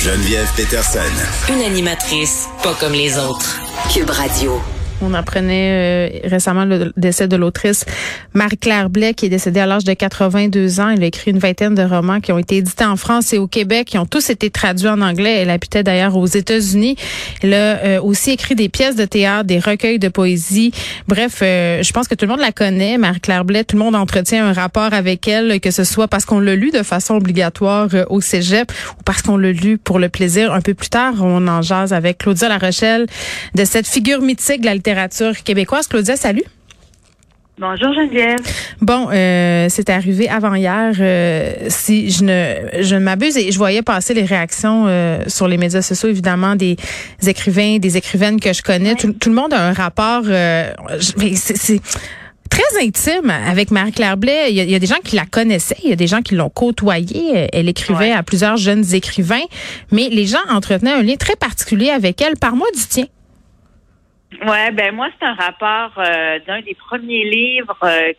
Geneviève Peterson. Une animatrice pas comme les autres. Cube Radio. On apprenait récemment le décès de l'autrice Marie-Claire Blais, qui est décédée à l'âge de 82 ans. Elle a écrit une vingtaine de romans qui ont été édités en France et au Québec, qui ont tous été traduits en anglais. Elle habitait d'ailleurs aux États-Unis. Elle a aussi écrit des pièces de théâtre, des recueils de poésie. Bref, je pense que tout le monde la connaît, Marie-Claire Blais. Tout le monde entretient un rapport avec elle, que ce soit parce qu'on l'a lu de façon obligatoire au cégep ou parce qu'on l'a lu pour le plaisir. Un peu plus tard, on en jase avec Claudia Larochelle de cette figure mythique de la littérature québécoise. Claudia, salut. Bonjour Geneviève. Bon, c'est arrivé avant-hier, si je ne m'abuse, et je voyais passer les réactions sur les médias sociaux, évidemment, des écrivains, des écrivaines que je connais. Oui. Tout le monde a un rapport, c'est très intime avec Marie-Claire Blais. Il y a des gens qui la connaissaient, il y a des gens qui l'ont côtoyée. Elle écrivait à plusieurs jeunes écrivains, mais les gens entretenaient un lien très particulier avec elle. Parle-moi du tien. Ouais, ben moi c'est un rapport d'un des premiers livres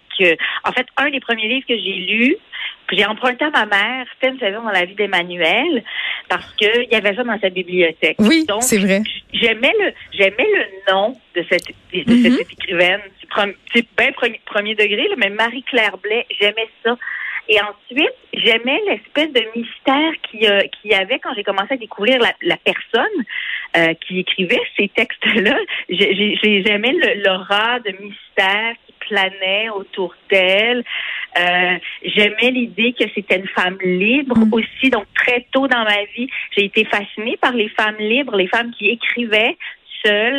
un des premiers livres que j'ai lu, que j'ai emprunté à ma mère. C'était Une saison dans la vie d'Emmanuel, parce que il y avait ça dans sa bibliothèque. Oui, donc c'est vrai. J'aimais le nom de cette écrivaine. C'est bien premier degré, là, mais Marie-Claire Blais, j'aimais ça. Et ensuite, j'aimais l'espèce de mystère qu'il y avait quand j'ai commencé à découvrir la personne qui écrivait ces textes-là. J'aimais l'aura de mystère qui planait autour d'elle. J'aimais l'idée que c'était une femme libre aussi. Donc, très tôt dans ma vie, j'ai été fascinée par les femmes libres, les femmes qui écrivaient seules,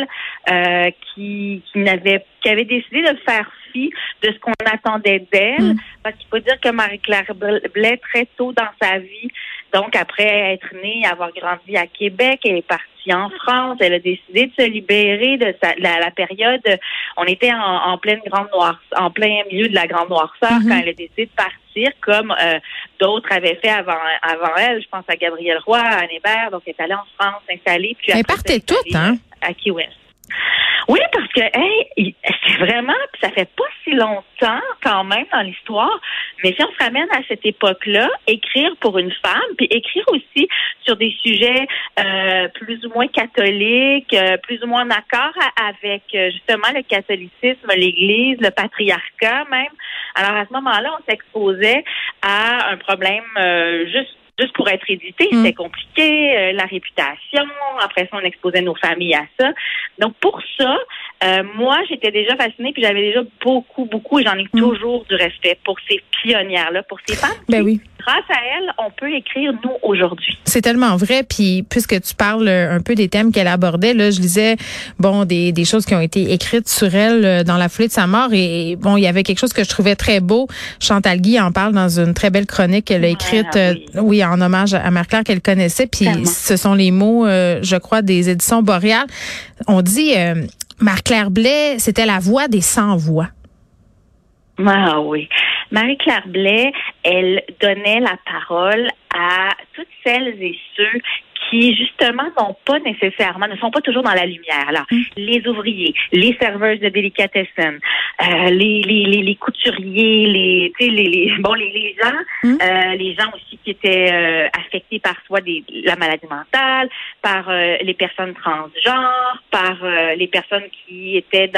qui avaient décidé de faire fi de ce qu'on attendait d'elle. Parce qu'il faut dire que Marie-Claire Blais, très tôt dans sa vie, donc après être née, avoir grandi à Québec, elle est partie en France, elle a décidé de se libérer de la période. On était en pleine en plein milieu de la grande noirceur quand elle a décidé de partir, comme d'autres avaient fait avant elle. Je pense à Gabrielle Roy, à Anne Hébert. Donc elle est allée en France s'installer. Puis elle partait toutes, hein? À Key West. Oui, parce que c'est vraiment, ça fait pas si longtemps quand même dans l'histoire, mais si on se ramène à cette époque-là, écrire pour une femme, puis écrire aussi sur des sujets plus ou moins catholiques, plus ou moins en accord avec justement le catholicisme, l'Église, le patriarcat même. Alors à ce moment-là, on s'exposait à un problème juste pour être édité, c'était compliqué, la réputation. Après ça, on exposait nos familles à ça. Donc, pour ça, moi, j'étais déjà fascinée, puis j'avais déjà beaucoup, et j'en ai toujours du respect pour ces pionnières-là, pour ces femmes qui, grâce à elles, on peut écrire, nous, aujourd'hui. C'est tellement vrai, puis puisque tu parles un peu des thèmes qu'elle abordait, là, je lisais, des choses qui ont été écrites sur elle dans la foulée de sa mort, et il y avait quelque chose que je trouvais très beau. Chantal Guy en parle dans une très belle chronique qu'elle a écrite, en hommage à Marie-Claire qu'elle connaissait, puis ce sont les mots, je crois, des éditions Boréal. On dit, Marie-Claire Blais, c'était la voix des sans-voix. Ah oui. Marie-Claire Blais, elle donnait la parole à toutes celles et ceux qui, justement, ne sont pas toujours dans la lumière. Alors, les ouvriers, les serveuses de délicatessen, les couturiers, les gens, les gens aussi qui étaient affectés par soit la maladie mentale, par les personnes transgenres, par les personnes qui étaient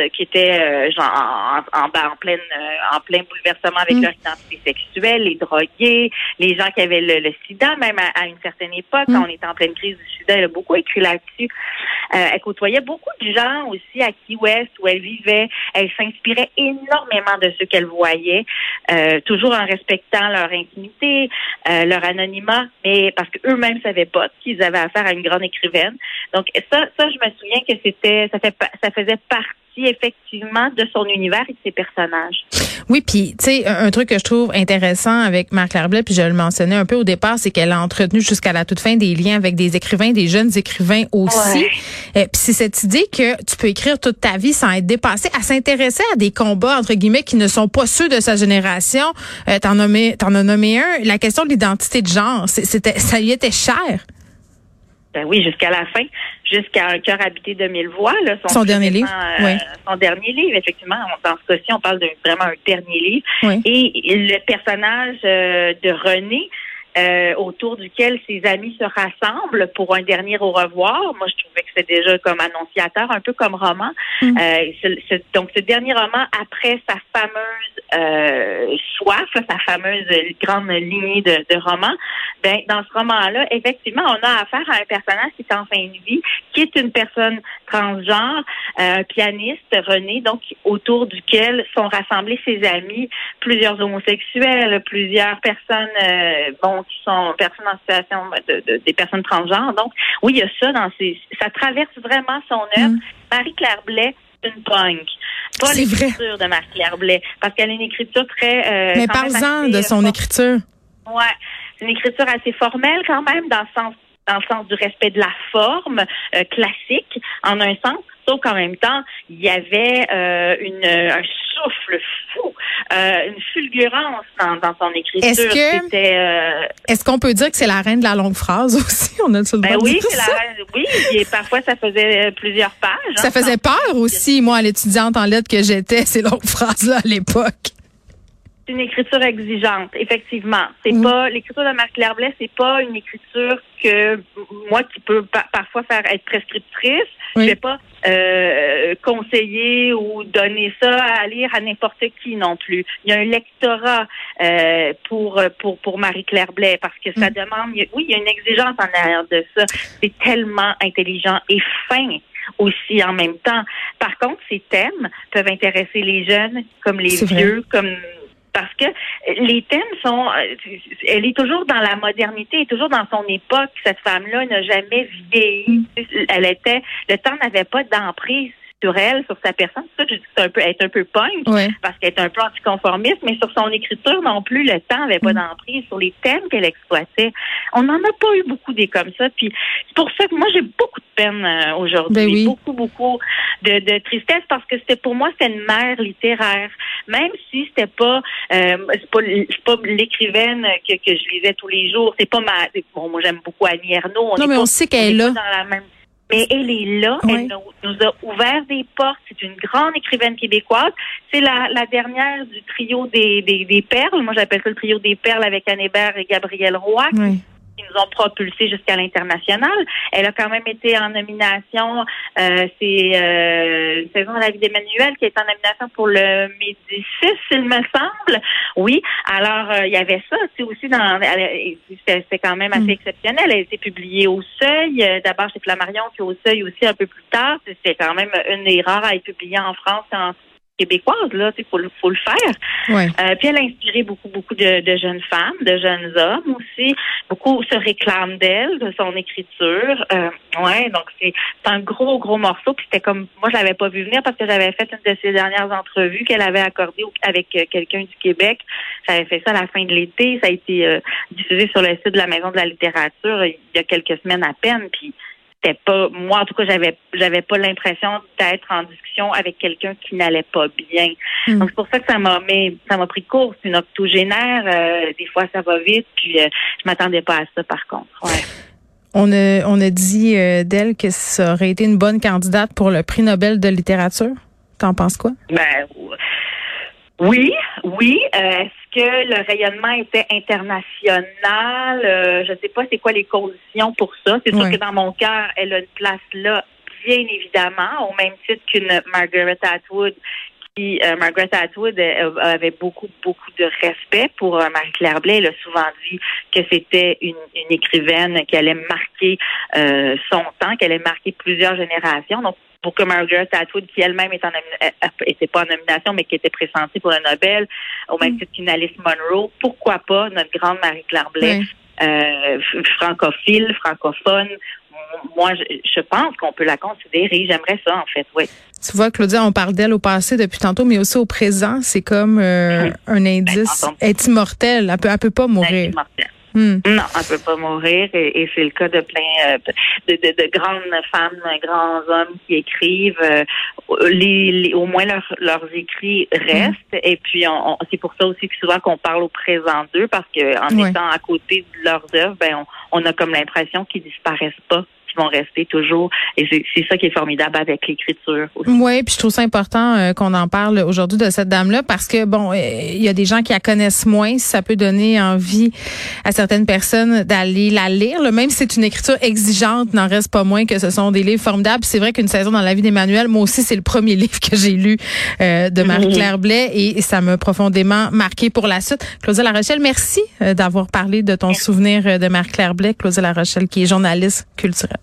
en plein bouleversement avec leur identité sexuelle, les drogués, les gens qui avaient le sida, même à une certaine époque, quand on était en pleine crise du sida, elle a beaucoup écrit là-dessus. Elle côtoyait beaucoup de gens aussi à Key West où elle vivait. Elle s'inspirait énormément de ceux qu'elle voyait, toujours en respectant leur intimité, leur anonymat, mais parce qu'eux-mêmes ne savaient pas qu'ils avaient affaire à une grande écrivaine. Donc ça, je me souviens que ça faisait partie effectivement de son univers et de ses personnages. Oui, puis tu sais, un truc que je trouve intéressant avec Marie-Claire Blais, puis je le mentionnais un peu au départ, c'est qu'elle a entretenu jusqu'à la toute fin des liens avec des écrivains, des jeunes écrivains aussi. Puis c'est cette idée que tu peux écrire toute ta vie sans être dépassé, à s'intéresser à des combats entre guillemets qui ne sont pas ceux de sa génération. T'en as nommé un, la question de l'identité de genre, ça lui était cher. Ben oui, jusqu'à la fin, jusqu'à Un cœur habité de 1000 voix. Là, son dernier livre. Son dernier livre, effectivement. Dans ce cas-ci, on parle vraiment un dernier livre. Oui. Et le personnage de René, autour duquel ses amis se rassemblent pour un dernier au revoir. Moi, je trouvais que c'était déjà comme annonciateur, un peu comme roman. Donc, ce dernier roman, après sa fameuse soif, sa fameuse grande lignée de romans, ben dans ce roman-là, effectivement, on a affaire à un personnage qui est en fin de vie, qui est une personne transgenre, un pianiste, René, donc autour duquel sont rassemblés ses amis, plusieurs homosexuels, plusieurs personnes, qui sont personnes en situation des personnes transgenres. Donc, oui, il y a ça ça traverse vraiment son œuvre. Marie-Claire Blais, une punk. Pas l'écriture de Marie-Claire Blais, parce qu'elle a une écriture très... Mais parle-en de son écriture. Ouais, c'est une écriture assez formelle quand même, dans le sens du respect de la forme classique, en un sens, sauf qu'en même temps, il y avait un souffle fou, une fulgurance dans son écriture. Est-ce qu'on peut dire que c'est la reine de la longue phrase aussi? On a-tu le droit de dire ça? Oui, et parfois ça faisait plusieurs pages. Ça faisait peur aussi, moi, l'étudiante en lettres que j'étais, ces longues phrases-là à l'époque. C'est une écriture exigeante, effectivement. C'est pas l'écriture de Marie-Claire Blais, c'est pas une écriture que moi qui peut parfois faire être prescriptrice. Je vais pas conseiller ou donner ça à lire à n'importe qui non plus. Il y a un lectorat pour Marie-Claire Blais parce que ça demande. Il y a une exigence en arrière de ça. C'est tellement intelligent et fin aussi en même temps. Par contre, ces thèmes peuvent intéresser les jeunes comme les vieux, parce que les thèmes sont... Elle est toujours dans la modernité, elle est toujours dans son époque. Cette femme-là n'a jamais vieilli. Le temps n'avait pas d'emprise sur elle, sur sa personne. C'est ça que je dis que elle est un peu punk, parce qu'elle est un peu anticonformiste, mais sur son écriture non plus, le temps n'avait pas d'emprise sur les thèmes qu'elle exploitait. On n'en a pas eu beaucoup des comme ça. Puis c'est pour ça que moi, j'ai beaucoup de peine aujourd'hui. Beaucoup de tristesse, parce que pour moi, c'était une mère littéraire. Même si c'était pas c'est pas l'écrivaine que je lisais tous les jours. C'est pas moi j'aime beaucoup Annie Ernaux. Mais on sait qu'elle est là. Mais elle est là, elle nous a ouvert des portes. C'est une grande écrivaine québécoise. C'est la dernière du trio des Perles. Moi, j'appelle ça le trio des Perles avec Anne Hébert et Gabrielle Roy. Qui nous ont propulsés jusqu'à l'international. Elle a quand même été en nomination, c'est une saison de la vie d'Emmanuel qui est en nomination pour le Médicis, il me semble. Oui, alors il y avait ça, c'est aussi c'était quand même assez exceptionnel. Elle a été publiée au Seuil, d'abord chez Flammarion, puis au Seuil aussi un peu plus tard. C'est quand même une des rares à être publiée en France en québécoise, là, faut le faire. Puis elle a inspiré beaucoup de jeunes femmes, de jeunes hommes aussi. Beaucoup se réclament d'elle, de son écriture. Donc c'est un gros morceau. Puis c'était comme, moi je l'avais pas vu venir parce que j'avais fait une de ses dernières entrevues qu'elle avait accordée avec quelqu'un du Québec. J'avais fait ça à la fin de l'été. Ça a été diffusé sur le site de la Maison de la littérature il y a quelques semaines à peine. Puis c'était pas, moi en tout cas, j'avais pas l'impression d'être en discussion avec quelqu'un qui n'allait pas bien. Donc c'est pour ça que ça m'a pris court. C'est une octogénaire, des fois ça va vite, puis je m'attendais pas à ça par contre. On a dit d'elle que ça aurait été une bonne candidate pour le prix Nobel de littérature. T'en penses quoi? Oui. Est-ce que le rayonnement était international? Je sais pas c'est quoi les conditions pour ça. C'est sûr que dans mon cœur, elle a une place là, bien évidemment, au même titre qu'une Margaret Atwood. Margaret Atwood avait beaucoup de respect pour Marie-Claire Blais. Elle a souvent dit que c'était une écrivaine qui allait marquer son temps, qui allait marquer plusieurs générations. Donc, pour que Margaret Atwood, qui elle-même était pas en nomination, mais qui était pressentie pour le Nobel, au même titre qu'une Alice Munro, pourquoi pas notre grande Marie-Claire Blais, francophone. Moi, je pense qu'on peut la considérer. J'aimerais ça, en fait, oui. Tu vois, Claudia, on parle d'elle au passé depuis tantôt, mais aussi au présent. C'est comme un indice. Elle est immortelle. Elle peut pas mourir. Elle est immortelle. Non, elle peut pas mourir et c'est le cas de plein de grandes femmes, grands hommes qui écrivent. Au moins leurs écrits restent et puis c'est pour ça aussi que souvent qu'on parle au présent d'eux parce que en étant à côté de leurs œuvres, on a comme l'impression qu'ils disparaissent pas qui vont rester toujours. Et c'est ça qui est formidable avec l'écriture aussi. Oui, puis je trouve ça important qu'on en parle aujourd'hui de cette dame-là parce que, bon, il y a des gens qui la connaissent moins. Ça peut donner envie à certaines personnes d'aller la lire. Là. Même si c'est une écriture exigeante, n'en reste pas moins que ce sont des livres formidables. C'est vrai qu'une saison dans la vie d'Emmanuel, moi aussi, c'est le premier livre que j'ai lu de Marie-Claire Blais et ça m'a profondément marqué pour la suite. Claudia Larochelle, merci d'avoir parlé de ton souvenir de Marie-Claire Blais. Claudia Larochelle, qui est journaliste culturelle.